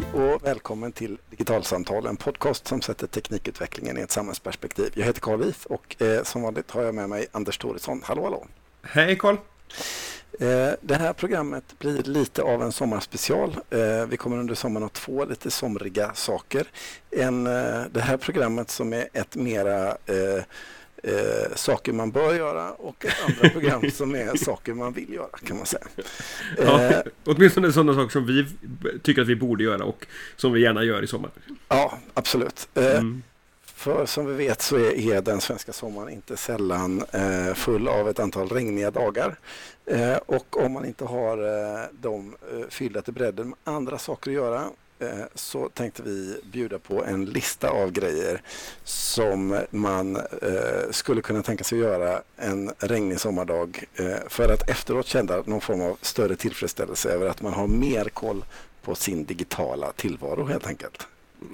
och välkommen till Digitalsamtal, en podcast som sätter teknikutvecklingen i ett samhällsperspektiv. Jag heter Carl Wif och som vanligt har jag med mig Anders Thoresson. Hallå, hallå. Hej Carl. Det här programmet blir lite av en sommarspecial. Vi kommer under sommaren ha två lite somriga saker. Det här programmet som är ett mera saker man bör göra och ett andra program som är saker man vill göra, kan man säga. Ja, åtminstone sådana saker som vi tycker att vi borde göra och som vi gärna gör i sommar. Ja, absolut. För som vi vet så är den svenska sommaren inte sällan full av ett antal regniga dagar. Och om man inte har dem fyllda till bredden med andra saker att göra så tänkte vi bjuda på en lista av grejer som man skulle kunna tänka sig göra en regnig sommardag för att efteråt känna någon form av större tillfredsställelse över att man har mer koll på sin digitala tillvaro helt enkelt.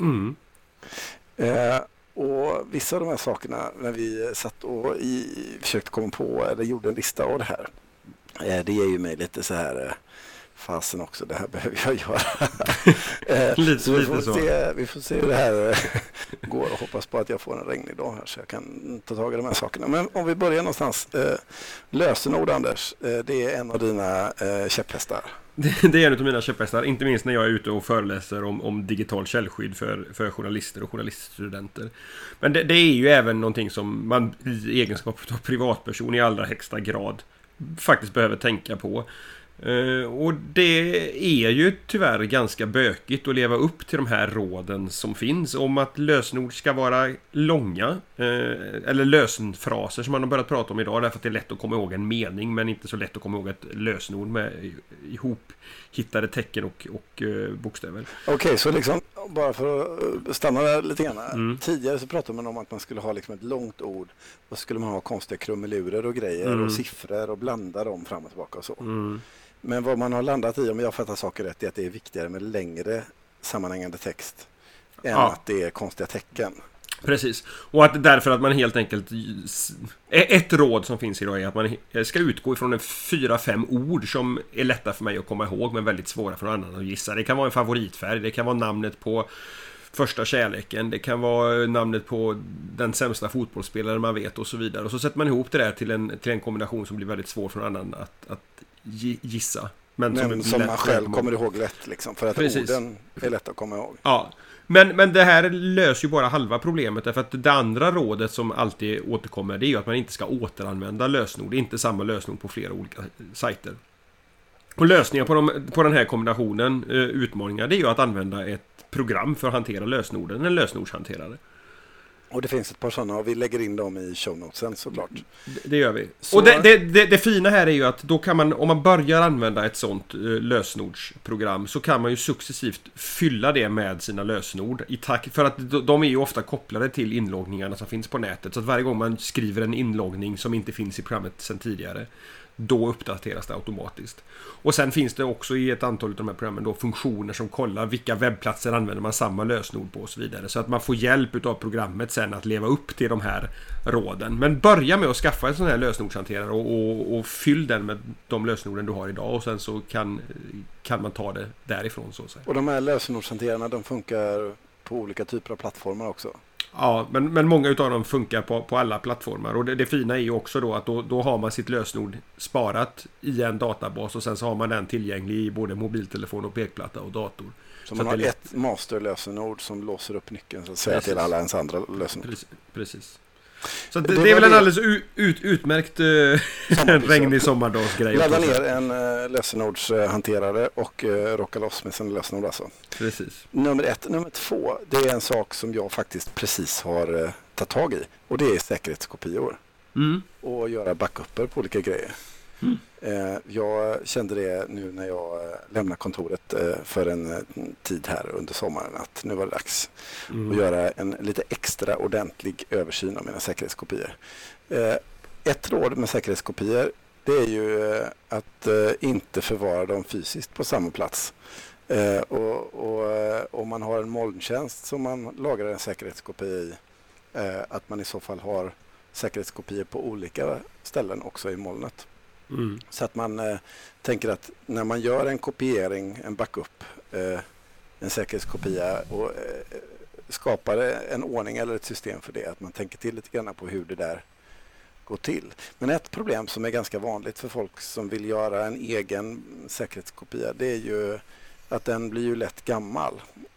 Och vissa av de här sakerna när vi satt och försökte komma på eller gjorde en lista av det här, det ger ju mig lite så här fasen också, det här behöver jag göra. Vi får se hur det här går och hoppas på att jag får en regnig dag här så jag kan ta tag i de här sakerna. Men om vi börjar någonstans, lösenord Anders, det är en av dina käpphästar. Det är en av mina käpphästar, inte minst när jag är ute och föreläser om digital källskydd för journalister och journaliststudenter. Men det är ju även någonting som man i egenskap av privatperson i allra högsta grad faktiskt behöver tänka på. Och det är ju tyvärr ganska bökigt att leva upp till de här råden som finns om att lösenord ska vara långa eller lösenfraser som man har börjat prata om idag därför att det är lätt att komma ihåg en mening men inte så lätt att komma ihåg ett lösenord med ihophittade tecken och bokstäver. Okej, så liksom bara för att stanna där lite grann. Tidigare så pratade man om att man skulle ha liksom ett långt ord och så skulle man ha konstiga krumelurer och grejer och siffror och blanda dem fram och tillbaka och så. Men vad man har landat i, om jag fattar saker rätt, är att det är viktigare med längre sammanhängande text än att det är konstiga tecken. Precis, och att därför att man helt enkelt ett råd som finns idag är att man ska utgå ifrån 4-5 ord som är lätta för mig att komma ihåg men väldigt svåra för någon annan att gissa. Det kan vara en favoritfärg, det kan vara namnet på första kärleken, det kan vara namnet på den sämsta fotbollsspelaren man vet och så vidare. Och så sätter man ihop det där till en kombination som blir väldigt svår för någon annan att gissa. Men som man själv kommer ihåg lätt liksom, för att orden är lätt att komma ihåg. Ja, men det här löser ju bara halva problemet därför att det andra rådet som alltid återkommer det är ju att man inte ska återanvända lösenord. Det är inte samma lösenord på flera olika sajter. Och lösningen på den här kombinationen utmaningar det är ju att använda ett program för att hantera lösenorden, en lösenordshanterare. Och det finns ett par sådana och vi lägger in dem i show notesen såklart. Det gör vi. Så... Och det fina här är ju att då kan man, om man börjar använda ett sånt lösenordsprogram så kan man ju successivt fylla det med sina lösenord i takt, för att de är ju ofta kopplade till inloggningarna som finns på nätet. Så att varje gång man skriver en inloggning som inte finns i programmet sedan tidigare, då uppdateras det automatiskt. Och sen finns det också i ett antal av de här programmen då funktioner som kollar vilka webbplatser använder man samma lösenord på och så vidare. Så att man får hjälp av programmet sen att leva upp till de här råden. Men börja med att skaffa en sån här lösenordshanterare och fyll den med de lösenorden du har idag och sen så kan man ta det därifrån så att säga. Och de här lösenordshanterarna de funkar på olika typer av plattformar också? Ja, men många utav dem funkar på alla plattformar. Och det fina är ju också då att då har man sitt lösenord sparat i en databas och sen så har man den tillgänglig i både mobiltelefon och pekplatta och dator. Så man har ett masterlösenord som låser upp nyckeln så att säga till alla ens andra lösenord. Precis. Så det är väl en alldeles utmärkt regnig sommardagsgrej. Ladda ner en lösenordshanterare och rocka loss med sin lösenord alltså. Precis. Nummer 1. Nummer 2, det är en sak som jag faktiskt precis har tagit tag i. Och det är säkerhetskopior. Och göra backuper på olika grejer. Jag kände det nu när jag lämnade kontoret för en tid här under sommaren att nu var det dags att göra en lite extra ordentlig översyn av mina säkerhetskopior. Ett råd med säkerhetskopior det är ju att inte förvara dem fysiskt på samma plats. Och om man har en molntjänst som man lagrar en säkerhetskopia i att man i så fall har säkerhetskopior på olika ställen också i molnet. Så att man tänker att när man gör en kopiering, en backup en säkerhetskopia och skapar en ordning eller ett system för det. Att man tänker till lite grann på hur det där går till. Men ett problem som är ganska vanligt för folk som vill göra en egen säkerhetskopia, det är ju att den blir ju lätt gammal.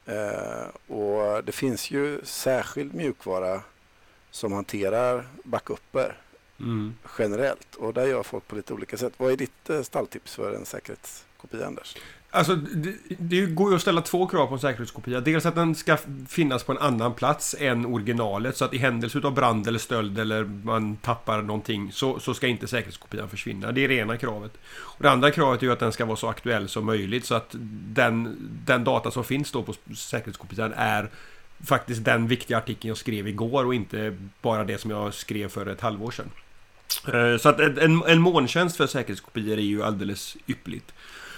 Och det finns ju särskild mjukvara som hanterar backuper generellt. Och där gör folk på lite olika sätt. Vad är ditt stalltips för en säkerhetskopia, Anders? Alltså, det går ju att ställa två krav på en säkerhetskopia. Dels att den ska finnas på en annan plats än originalet. Så att i händelse av brand eller stöld eller man tappar någonting så ska inte säkerhetskopian försvinna. Det är det ena kravet. Och det andra kravet är ju att den ska vara så aktuell som möjligt. Så att den data som finns då på säkerhetskopian är faktiskt den viktiga artikeln jag skrev igår och inte bara det som jag skrev för ett halvår sedan. Så att en molntjänst för säkerhetskopior är ju alldeles yppligt.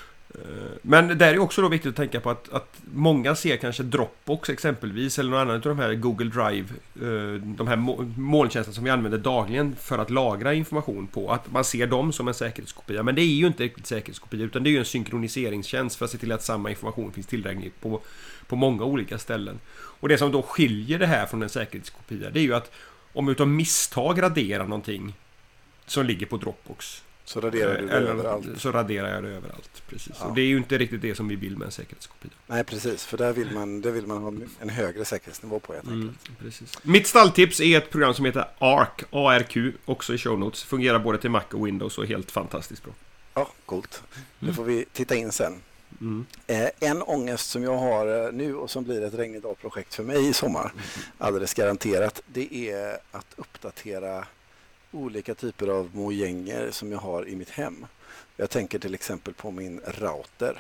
Men där är också då viktigt att tänka på att många ser kanske Dropbox exempelvis eller någon annan av de här Google Drive, de här molntjänsterna som vi använder dagligen för att lagra information på, att man ser dem som en säkerhetskopia. Men det är ju inte riktigt säkerhetskopia, utan det är ju en synkroniseringstjänst för att se till att samma information finns tillgänglig på många olika ställen. Och det som då skiljer det här från en säkerhetskopia, det är ju att om du utav misstag raderar någonting som ligger på Dropbox, så raderar du det överallt. Så raderar jag det överallt, precis. Ja. Och det är ju inte riktigt det som vi vill med en säkerhetskopia. Nej, precis. För där vill man ha en högre säkerhetsnivå på helt enkelt. Precis. Mitt stalltips är ett program som heter ARQ, ARQ, också i show notes. Fungerar både till Mac och Windows och är helt fantastiskt bra. Ja, coolt. Det får vi titta in sen. En ångest som jag har nu och som blir ett regnigt projekt för mig i sommar, alldeles garanterat, det är att uppdatera olika typer av mojänger som jag har i mitt hem. Jag tänker till exempel på min router.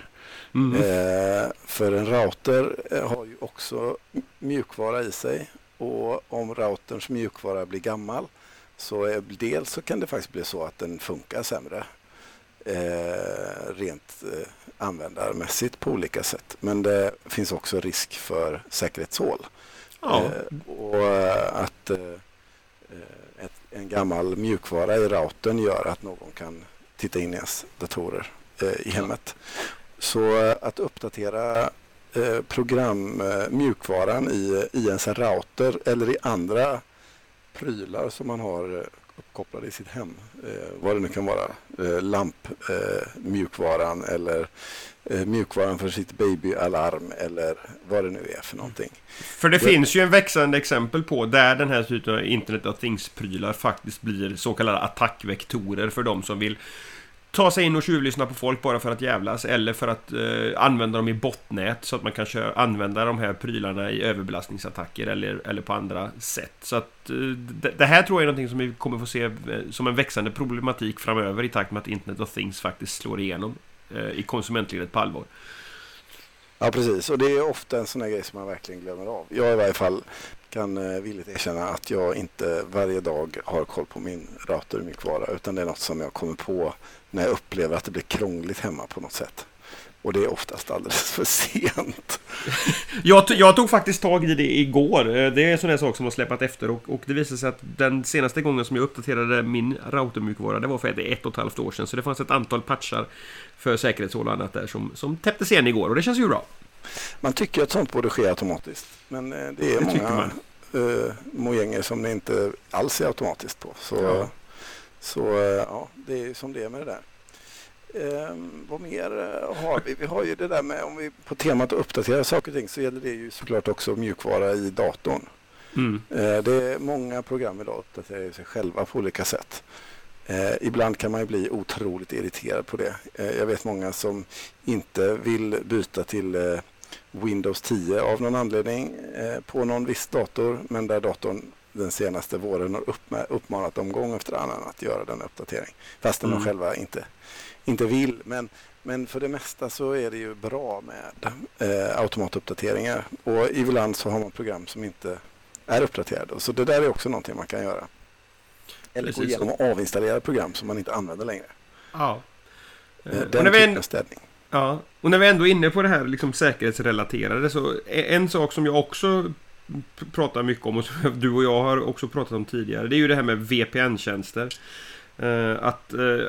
För en router har ju också mjukvara i sig, och om routerns mjukvara blir gammal så dels så kan det faktiskt bli så att den funkar sämre rent användarmässigt på olika sätt. Men det finns också risk för säkerhetshål. Och att en gammal mjukvara i routern gör att någon kan titta in i ens datorer i hemmet. Så att uppdatera mjukvaran i ens router eller i andra prylar som man har uppkopplade i sitt hem, vad det nu kan vara, lampmjukvaran eller mjukvaran för sitt babyalarm eller vad det nu är för någonting. För det finns ju en växande exempel på där den här typen av Internet of Things-prylar faktiskt blir så kallade attackvektorer för de som vill ta sig in och tjuvlyssna på folk bara för att jävlas, eller för att använda dem i botnät så att man kan använda de här prylarna i överbelastningsattacker eller på andra sätt. Så att det här tror jag är någonting som vi kommer få se som en växande problematik framöver i takt med att Internet of Things faktiskt slår igenom i konsumentledet på allvar. Ja, precis. Och det är ofta en sån här grej som man verkligen glömmer av. Jag i varje fall kan villigt erkänna att jag inte varje dag har koll på min router och mjukvara, utan det är något som jag kommer på när jag upplever att det blir krångligt hemma på något sätt. Och det är oftast alldeles för sent. Jag tog faktiskt tag i det igår. Det är en sån här sak som har släpat efter, och det visade sig att den senaste gången som jag uppdaterade min routermjukvara, det var för 1,5 år sedan. Så det fanns ett antal patchar för säkerhetshål och annat där som täpptes igen igår, och det känns ju bra. Man tycker att sånt borde ske automatiskt, men det är många mojänger som det inte alls är automatiskt på. Så det är som det är med det där. Vad mer har vi? Vi har ju det där med, om vi på temat att uppdatera saker och ting, så gäller det ju såklart också mjukvara i datorn. Det är många program idag uppdaterar sig själva på olika sätt. Ibland kan man ju bli otroligt irriterad på det. Jag vet många som inte vill byta till Windows 10 av någon anledning på någon viss dator, men där datorn den senaste våren har uppmanat dem gång efter annan att göra den uppdatering. Fast de själva inte vill. Men för det mesta så är det ju bra med automatuppdateringar. Och ibland så har man program som inte är uppdaterade. Så det där är också någonting man kan göra. Eller gå igenom och avinstallera program som man inte använder längre. Ja. Den typen av ställning. Ja, och när vi ändå är inne på det här liksom säkerhetsrelaterade, så en sak som jag också pratar mycket om och som du och jag har också pratat om tidigare, det är ju det här med VPN-tjänster. Att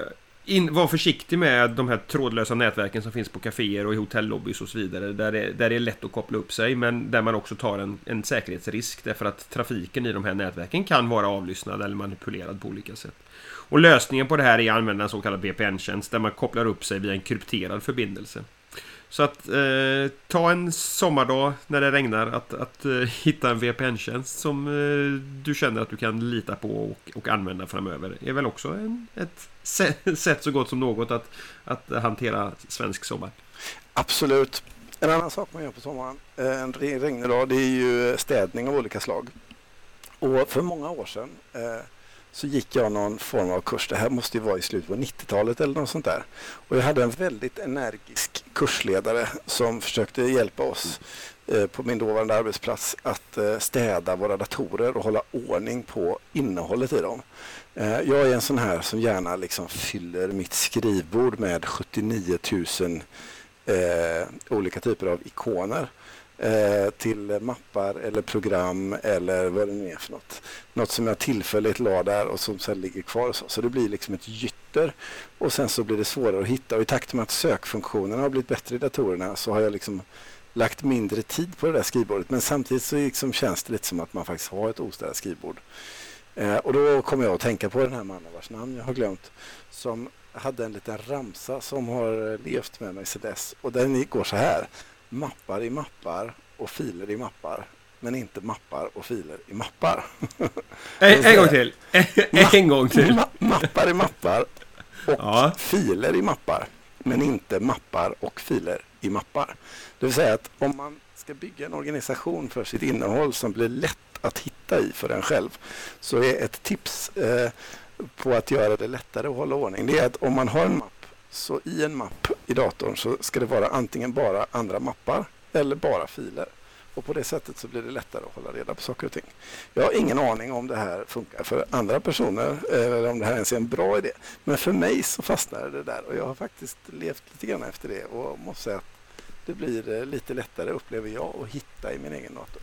var försiktig med de här trådlösa nätverken som finns på kaféer och i hotellobbys och så vidare, där det är lätt att koppla upp sig, men där man också tar en säkerhetsrisk, därför att trafiken i de här nätverken kan vara avlyssnad eller manipulerad på olika sätt. Och lösningen på det här är att använda en så kallad VPN-tjänst där man kopplar upp sig via en krypterad förbindelse. Så att ta en sommardag när det regnar, att hitta en VPN-tjänst som du känner att du kan lita på och använda framöver är väl också ett sätt så gott som något att hantera svensk sommar. Absolut. En annan sak man gör på sommaren, en regnig dag, det är ju städning av olika slag. Och för många år sedan så gick jag någon form av kurs. Det här måste ju vara i slutet på 90-talet eller något sånt där. Och jag hade en väldigt energisk kursledare som försökte hjälpa oss på min dåvarande arbetsplats att städa våra datorer och hålla ordning på innehållet i dem. Jag är en sån här som gärna liksom fyller mitt skrivbord med 79 000 olika typer av ikoner till mappar eller program eller vad det nu är för något. Något som jag tillfälligt la där och som sen ligger kvar. Så det blir liksom ett gytter och sen så blir det svårare att hitta. Och i takt med att sökfunktionerna har blivit bättre i datorerna så har jag liksom lagt mindre tid på det där skrivbordet. Men samtidigt så liksom känns det lite som att man faktiskt har ett ostädat skrivbord. Och då kommer jag att tänka på den här mannen vars namn jag har glömt, som hade en liten ramsa som har levt med mig sedan dess. Och den går så här: mappar i mappar och filer i mappar, men inte mappar och filer i mappar. En gång till. En gång till. Mappar i mappar och filer i mappar, men inte mappar och filer i mappar. Det vill säga att om man ska bygga en organisation för sitt innehåll som blir lätt att hitta i för en själv, så är ett tips på att göra det lättare att hålla ordning, det är att om man har en mapp, så i en mapp i datorn så ska det vara antingen bara andra mappar eller bara filer. Och på det sättet så blir det lättare att hålla reda på saker och ting. Jag har ingen aning om det här funkar för andra personer eller om det här ens är en bra idé. Men för mig så fastnar det där och jag har faktiskt levt lite grann efter det och måste säga att det blir lite lättare, upplever jag, att hitta i min egen dator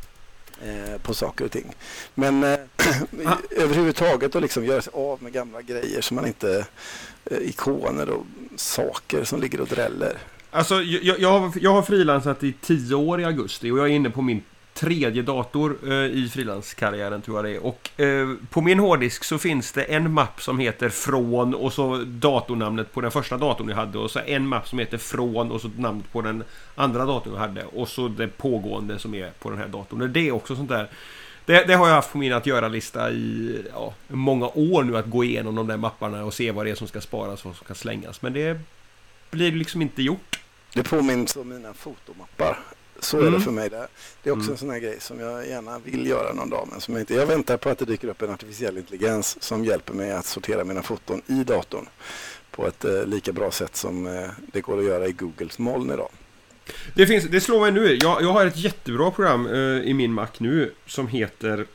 på saker och ting. Men överhuvudtaget att liksom göra sig av med gamla grejer som man inte, ikoner och saker som ligger och dräller. Alltså jag har frilansat i 10 år i augusti och jag är inne på min 3:e dator i frilanskarriären, tror jag det är. Och på min hårddisk så finns det en mapp som heter från och så datornamnet på den första datorn jag hade, och så en mapp som heter från och så namnet på den andra datorn jag hade, och så det pågående som är på den här datorn. Det är också sånt där. Det har jag haft på min att göra-lista i många år nu, att gå igenom de där mapparna och se vad det är som ska sparas och vad som ska slängas. Men det blir liksom inte gjort. Det påminns om mina fotomappar. Så är det för mig där. Det är också en sån här grej som jag gärna vill göra någon dag, men som jag väntar på att det dyker upp en artificiell intelligens som hjälper mig att sortera mina foton i datorn på ett lika bra sätt som det går att göra i Googles moln idag. Det slår mig nu. Jag har ett jättebra program i min Mac nu som heter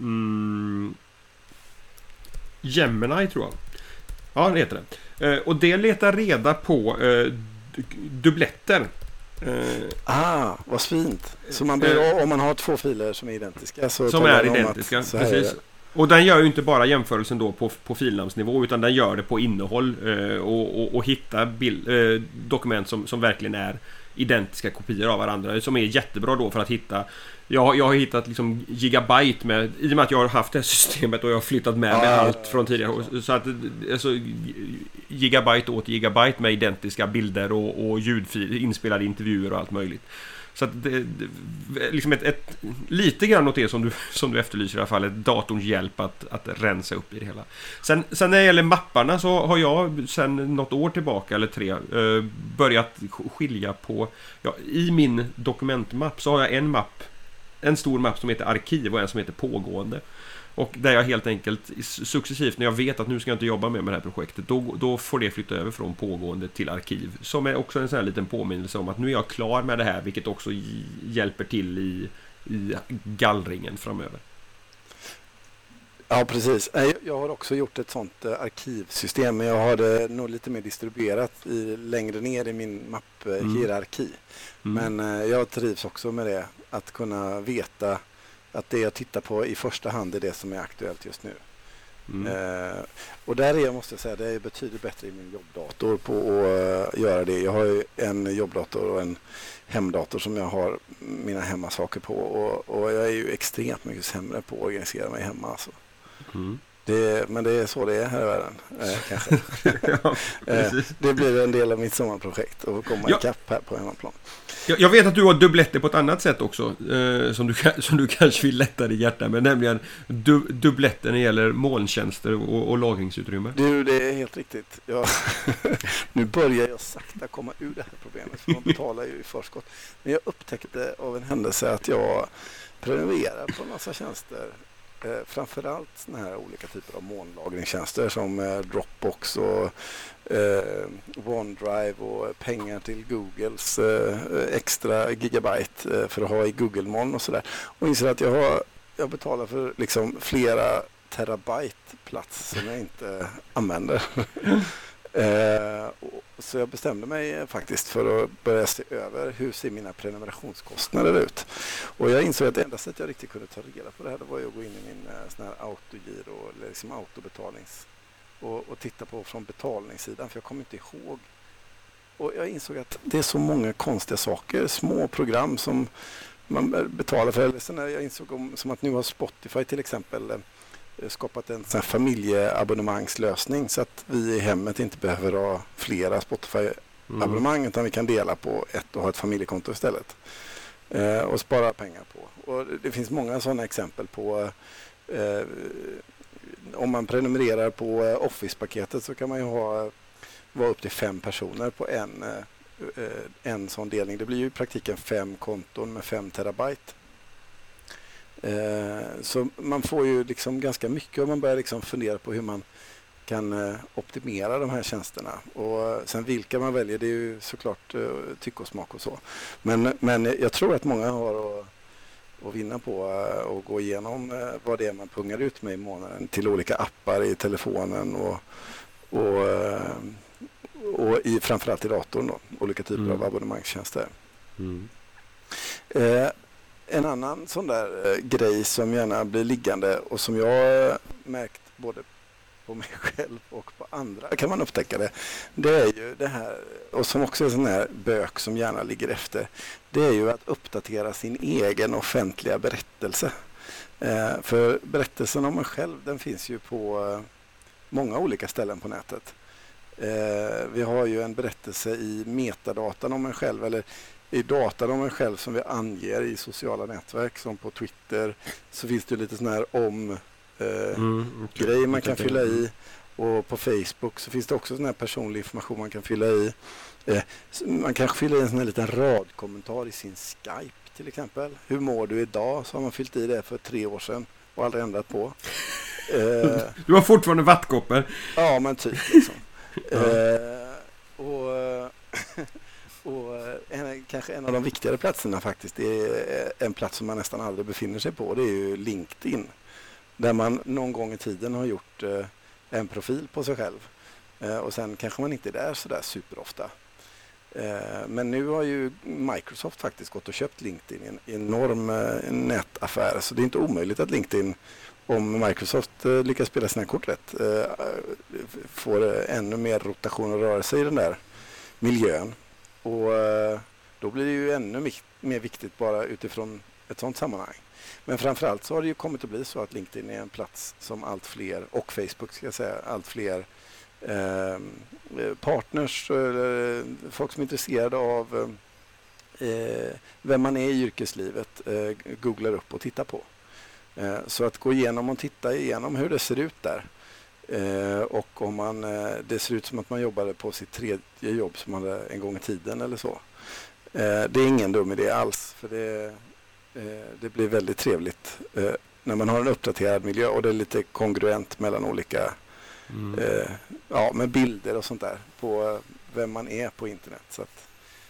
Gemini, tror jag. Ja, det heter det. Och det letar reda på dubbletter. Vad fint. Så man blir, om man har 2 filer som är identiska så som är identiska, precis. Och den gör ju inte bara jämförelsen då på filnamnsnivå, utan den gör det på innehåll och hitta dokument som verkligen är identiska kopior av varandra, som är jättebra då för att hitta. Jag har hittat liksom gigabyte med, i och med att jag har haft det här systemet och jag har flyttat med allt från tidigare, så att alltså, gigabyte åt gigabyte med identiska bilder och ljudfiler, inspelade intervjuer och allt möjligt. Så att det liksom lite grann åt det som du efterlyser i alla fall, ett datorns hjälp att rensa upp i det hela. Sen när det gäller mapparna så har jag sen något år tillbaka eller 3 börjat skilja på, i min dokumentmapp så har jag en stor mapp som heter arkiv och en som heter pågående. Och där jag helt enkelt successivt, när jag vet att nu ska jag inte jobba med det här projektet, då får det flytta över från pågående till arkiv. Som är också en sån här liten påminnelse om att nu är jag klar med det här, vilket också hjälper till i gallringen framöver. Ja, precis. Jag har också gjort ett sånt arkivsystem, men jag har det nog lite mer distribuerat längre ner i min mapphierarki. Men jag trivs också med det, att kunna veta att det jag tittar på i första hand är det som är aktuellt just nu. Och där måste jag säga, det är betydligt bättre i min jobbdator på att göra det. Jag har ju en jobbdator och en hemdator som jag har mina hemmasaker på, och jag är ju extremt mycket sämre på att organisera mig hemma alltså. Men det är så det är här i världen, kanske. Det blir en del av mitt sommarprojekt att komma ikapp här på hemmaplan. Jag vet att du har dubbletter på ett annat sätt också, som du kanske vill lätta i hjärtat med, nämligen dubbletter när det gäller molntjänster och lagringsutrymme. Det är helt riktigt. Nu börjar jag sakta komma ur det här problemet, för man betalar ju i förskott. Men jag upptäckte av en händelse att jag prenumererar på en massa tjänster. Framförallt såna här olika typer av molnlagringstjänster som Dropbox och OneDrive och pengar till Googles extra gigabyte för att ha i Google-moln och sådär. Och inser att jag betalar för liksom flera terabyte plats som jag inte använder. Så jag bestämde mig faktiskt för att börja se över hur ser mina prenumerationskostnader ut. Och jag insåg att det enda sätt jag riktigt kunde ta reda på det här, det var att gå in i min sån här autogiro eller liksom autobetalnings och titta på från betalningssidan, för jag kommer inte ihåg. Och jag insåg att det är så många konstiga saker, små program som man betalar för. Eller sen jag insåg som att nu har Spotify till exempel skapat en sån här familjeabonnemangslösning så att vi i hemmet inte behöver ha flera Spotify-abonnemang utan vi kan dela på ett och ha ett familjekonto istället och spara pengar på. Och det finns många sådana exempel på om man prenumererar på Office-paketet så kan man ju vara upp till 5 personer på en sån delning. Det blir ju i praktiken 5 konton med 5 terabyte. Så man får ju liksom ganska mycket om man börjar liksom fundera på hur man kan optimera de här tjänsterna. Och sen vilka man väljer, det är ju såklart tycke och smak och så. Men jag tror att många har att vinna på att gå igenom vad det är man pungar ut med i månaden till olika appar i telefonen och framförallt i datorn då, olika typer av abonnemangstjänster. En annan sån där grej som gärna blir liggande och som jag märkt både på mig själv och på andra kan man upptäcka det är ju det här, och som också är sån här bök som gärna ligger efter, det är ju att uppdatera sin egen offentliga berättelse. För berättelsen om en själv, den finns ju på många olika ställen på nätet. Vi har ju en berättelse i metadatan om en själv, eller i datan om en själv som vi anger i sociala nätverk som på Twitter, så finns det lite sån här grejer man kan fylla i, och på Facebook så finns det också sån här personlig information man kan fylla i. Man kanske fyller i en sån här liten radkommentar i sin Skype till exempel. Hur mår du idag? Så har man fyllt i det för 3 år sedan och aldrig ändrat på. Du har fortfarande vattkoppor. Ja, men typ liksom. Kanske en av de viktigare platserna faktiskt är en plats som man nästan aldrig befinner sig på. Det är ju LinkedIn. Där man någon gång i tiden har gjort en profil på sig själv. Och sen kanske man inte är där så där superofta. Men nu har ju Microsoft faktiskt gått och köpt LinkedIn i en enorm nätaffär. Så det är inte omöjligt att LinkedIn, om Microsoft lyckas spela sina kort rätt, får ännu mer rotation och rörelse i den där miljön. Och då blir det ju ännu mer viktigt bara utifrån ett sådant sammanhang. Men framförallt så har det ju kommit att bli så att LinkedIn är en plats som allt fler, och Facebook ska jag säga, allt fler partners, folk som är intresserade av vem man är i yrkeslivet, googlar upp och tittar på. Så att gå igenom och titta igenom hur det ser ut där. Och om det ser ut som att man jobbade på sitt 3:e jobb som man hade en gång i tiden eller så. Det är ingen dum idé alls, för det blir väldigt trevligt när man har en uppdaterad miljö och det är lite kongruent mellan olika med bilder och sånt där på vem man är på internet. Så att,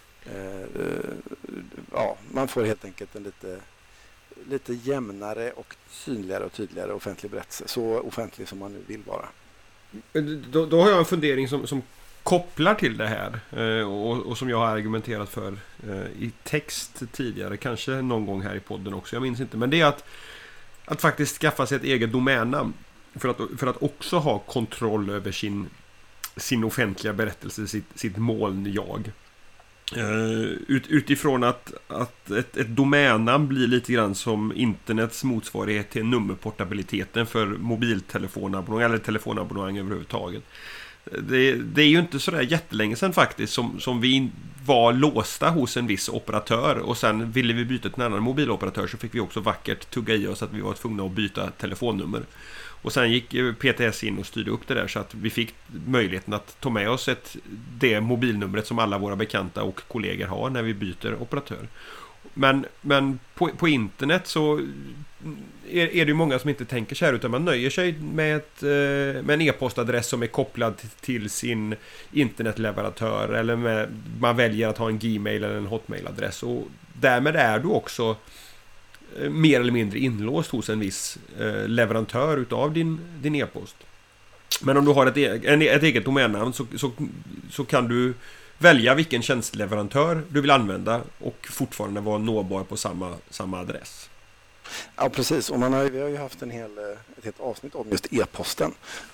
man får helt enkelt en lite jämnare och synligare och tydligare offentlig berättelse. Så offentlig som man nu vill vara. Då har jag en fundering som kopplar till det här och som jag har argumenterat för i text tidigare, kanske någon gång här i podden också, jag minns inte, men det är att faktiskt skaffa sig ett eget domännamn. för att också ha kontroll över sin offentliga berättelse, sitt moln-jag. Utifrån att ett domännamn blir lite grann som internets motsvarighet till nummerportabiliteten för mobiltelefonabonnemang eller telefonabonnemang överhuvudtaget. Det är ju inte så där jättelänge sedan faktiskt som vi var låsta hos en viss operatör, och sen ville vi byta till en annan mobiloperatör, så fick vi också vackert tugga i oss att vi var tvungna att byta telefonnummer. Och sen gick PTS in och styrde upp det där så att vi fick möjligheten att ta med oss det mobilnumret som alla våra bekanta och kollegor har när vi byter operatör. Men på internet så är det ju många som inte tänker så här, utan man nöjer sig med en e-postadress som är kopplad till sin internetleverantör, eller man väljer att ha en Gmail eller en Hotmail-adress, och därmed är du också mer eller mindre inlåst hos en viss leverantör utav din e-post. Men om du har ett eget domännamn så kan du välja vilken tjänstleverantör du vill använda och fortfarande vara nåbar på samma adress. Ja, precis. Och vi har ju haft ett helt avsnitt om just e-posten.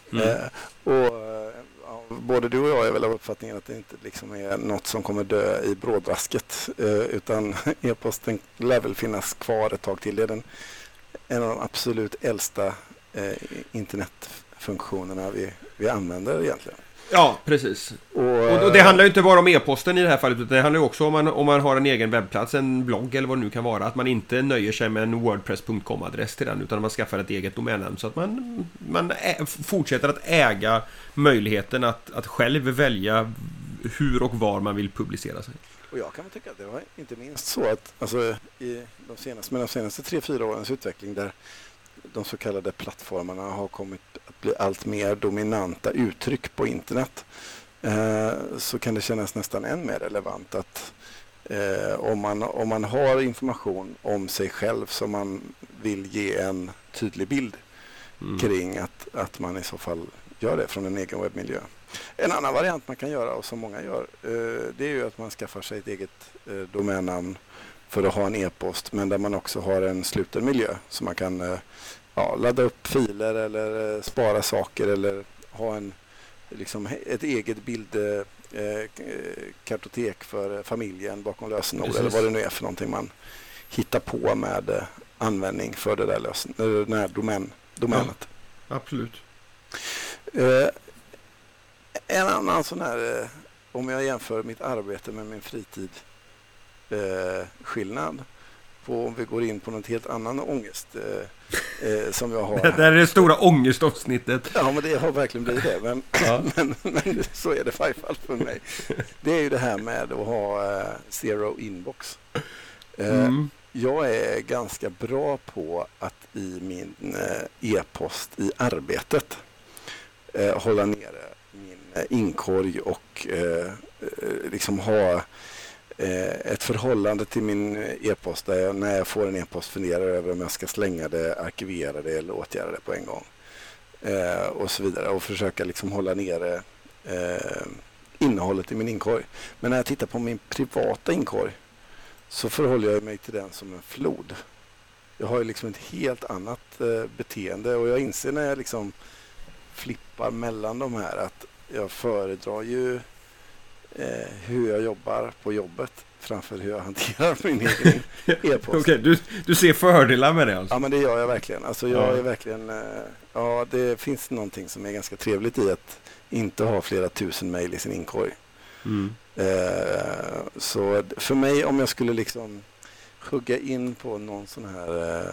Både du och jag är väl av uppfattningen att det inte liksom är något som kommer dö i brådrasket, utan e-posten lär väl finnas kvar ett tag till. Det är en av de absolut äldsta internetfunktionerna vi använder egentligen. Ja, precis. Och det handlar ju inte bara om e-posten i det här fallet, utan det handlar ju också om man har en egen webbplats, en blogg eller vad det nu kan vara, att man inte nöjer sig med en wordpress.com-adress till den, utan man skaffar ett eget domännamn, så att man fortsätter att äga möjligheten att själv välja hur och var man vill publicera sig. Och jag kan väl tycka att det var inte minst så att alltså, i de senaste 3-4 årens utveckling, där de så kallade plattformarna har kommit att bli allt mer dominanta uttryck på internet, så kan det kännas nästan än mer relevant att om man har information om sig själv som man vill ge en tydlig bild kring, att man i så fall gör det från en egen webbmiljö. En annan variant man kan göra, och som många gör, det är ju att man skaffar sig ett eget domännamn för att ha en e-post, men där man också har en sluten miljö, så man kan ladda upp filer eller spara saker, eller ha ett eget bildkartotek för familjen bakom lösenord. Precis. Eller vad det nu är för någonting man hittar på med användning för det där den här domänet. Ja, absolut. En annan sån här, om jag jämför mitt arbete med min fritid, skillnad på om vi går in på något helt annan ångest som jag har. Det där är det stora ångestavsnittet. Ja, men det har verkligen blivit det. Men, men så är det i alla fall för mig. Det är ju det här med att ha zero inbox. Jag är ganska bra på att i min e-post i arbetet hålla nere min inkorg och liksom ha ett förhållande till min e-post där jag, när jag får en e-post, funderar över om jag ska slänga det, arkivera det eller åtgärda det på en gång. Och så vidare. Och försöka liksom hålla nere innehållet i min inkorg. Men när jag tittar på min privata inkorg så förhåller jag mig till den som en flod. Jag har ju liksom ett helt annat beteende, och jag inser när jag liksom flippar mellan de här att jag föredrar ju hur jag jobbar på jobbet framför hur jag hanterar min egen e-post. Okej, du ser fördelar med det alltså? Ja, men det gör jag verkligen. Alltså jag är verkligen, det finns någonting som är ganska trevligt i att inte ha flera tusen mejl i sin inkorg. Så för mig, om jag skulle liksom hugga in på någon sån här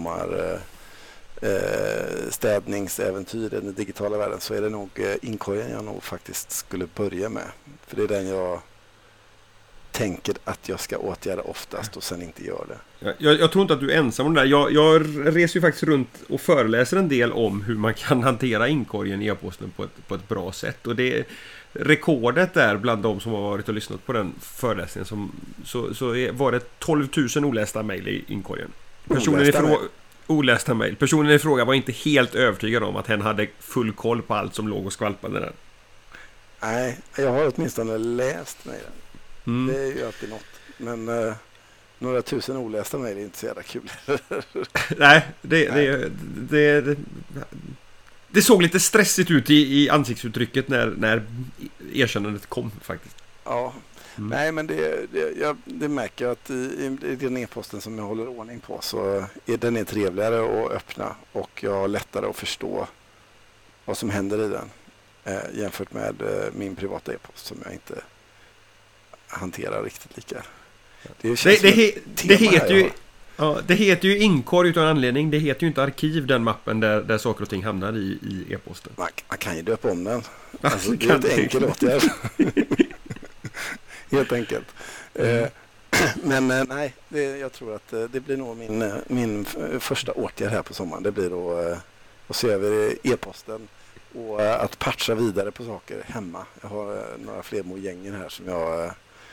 städningsäventyr i den digitala världen, så är det nog inkorgen jag nog faktiskt skulle börja med. För det är den jag tänker att jag ska åtgärda oftast och sen inte gör det. Jag tror inte att du är ensam om det där. Jag reser ju faktiskt runt och föreläser en del om hur man kan hantera inkorgen i e-posten på ett bra sätt. Och det rekordet där bland de som har varit och lyssnat på den föreläsningen, var det 12 000 olästa mejl i inkorgen. Olästa mejl. Personen i fråga var inte helt övertygad om att hen hade full koll på allt som låg och skvalpade där. Nej, jag har åtminstone läst mejlen. Det är ju alltid något. Men några tusen olästa mejl är inte så jävla kul. Nej, det såg lite stressigt ut i ansiktsuttrycket när erkännandet kom faktiskt. Ja, nej men det märker jag att i den e-posten som jag håller ordning på så den är trevligare att öppna och jag har lättare att förstå vad som händer i den jämfört med min privata e-post som jag inte hanterar riktigt lika. Det heter ju inkorg utan anledning. Det heter ju inte arkiv, den mappen där saker och ting hamnar i e-posten. Man kan ju döpa om den. Alltså, det är ett enkel åtgärd. Helt enkelt. Men nej, jag tror att det blir nog min första åtgärd här på sommaren. Det blir att se över e-posten och att patcha vidare på saker hemma. Jag har några fler mojänger här som jag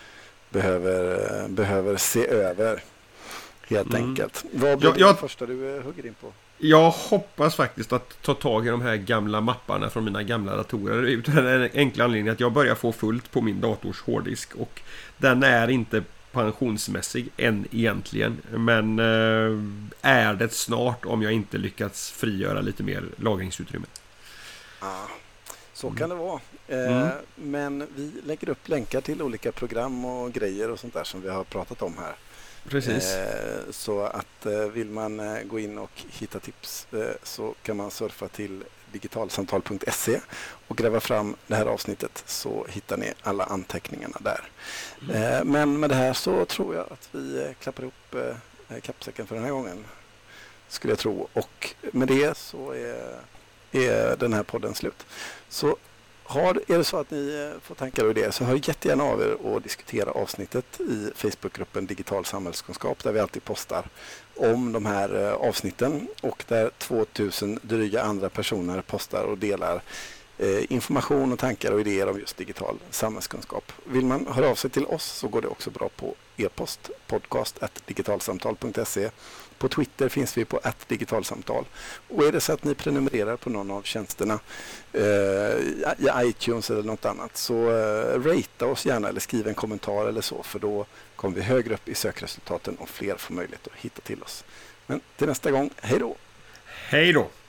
behöver se över. Helt enkelt. Vad blir det första du hugger in på? Jag hoppas faktiskt att ta tag i de här gamla mapparna från mina gamla datorer utan den enkla anledningen att jag börjar få fullt på min dators hårddisk och den är inte pensionsmässig än egentligen, men är det snart om jag inte lyckats frigöra lite mer lagringsutrymme. Så kan det vara. Men vi lägger upp länkar till olika program och grejer och sånt där som vi har pratat om här. Precis. Så att vill man gå in och hitta tips så kan man surfa till digitalsamtal.se och gräva fram det här avsnittet så hittar ni alla anteckningarna där. Men med det här så tror jag att vi klappar ihop kappsäcken för den här gången, skulle jag tro. Och med det så är den här podden slut. Så är det så att ni får tankar och idéer så hör jättegärna av er och diskutera avsnittet i Facebookgruppen Digital samhällskunskap där vi alltid postar om de här avsnitten och där 2000 dryga andra personer postar och delar information och tankar och idéer om just digital samhällskunskap. Vill man höra av sig till oss så går det också bra på e-post podcast@digitalsamtal.se. På Twitter finns vi på @digitalsamtal. Och är det så att ni prenumererar på någon av tjänsterna i iTunes eller något annat så ratea oss gärna eller skriv en kommentar eller så för då kommer vi högre upp i sökresultaten och fler får möjlighet att hitta till oss. Men till nästa gång, hej då! Hej då!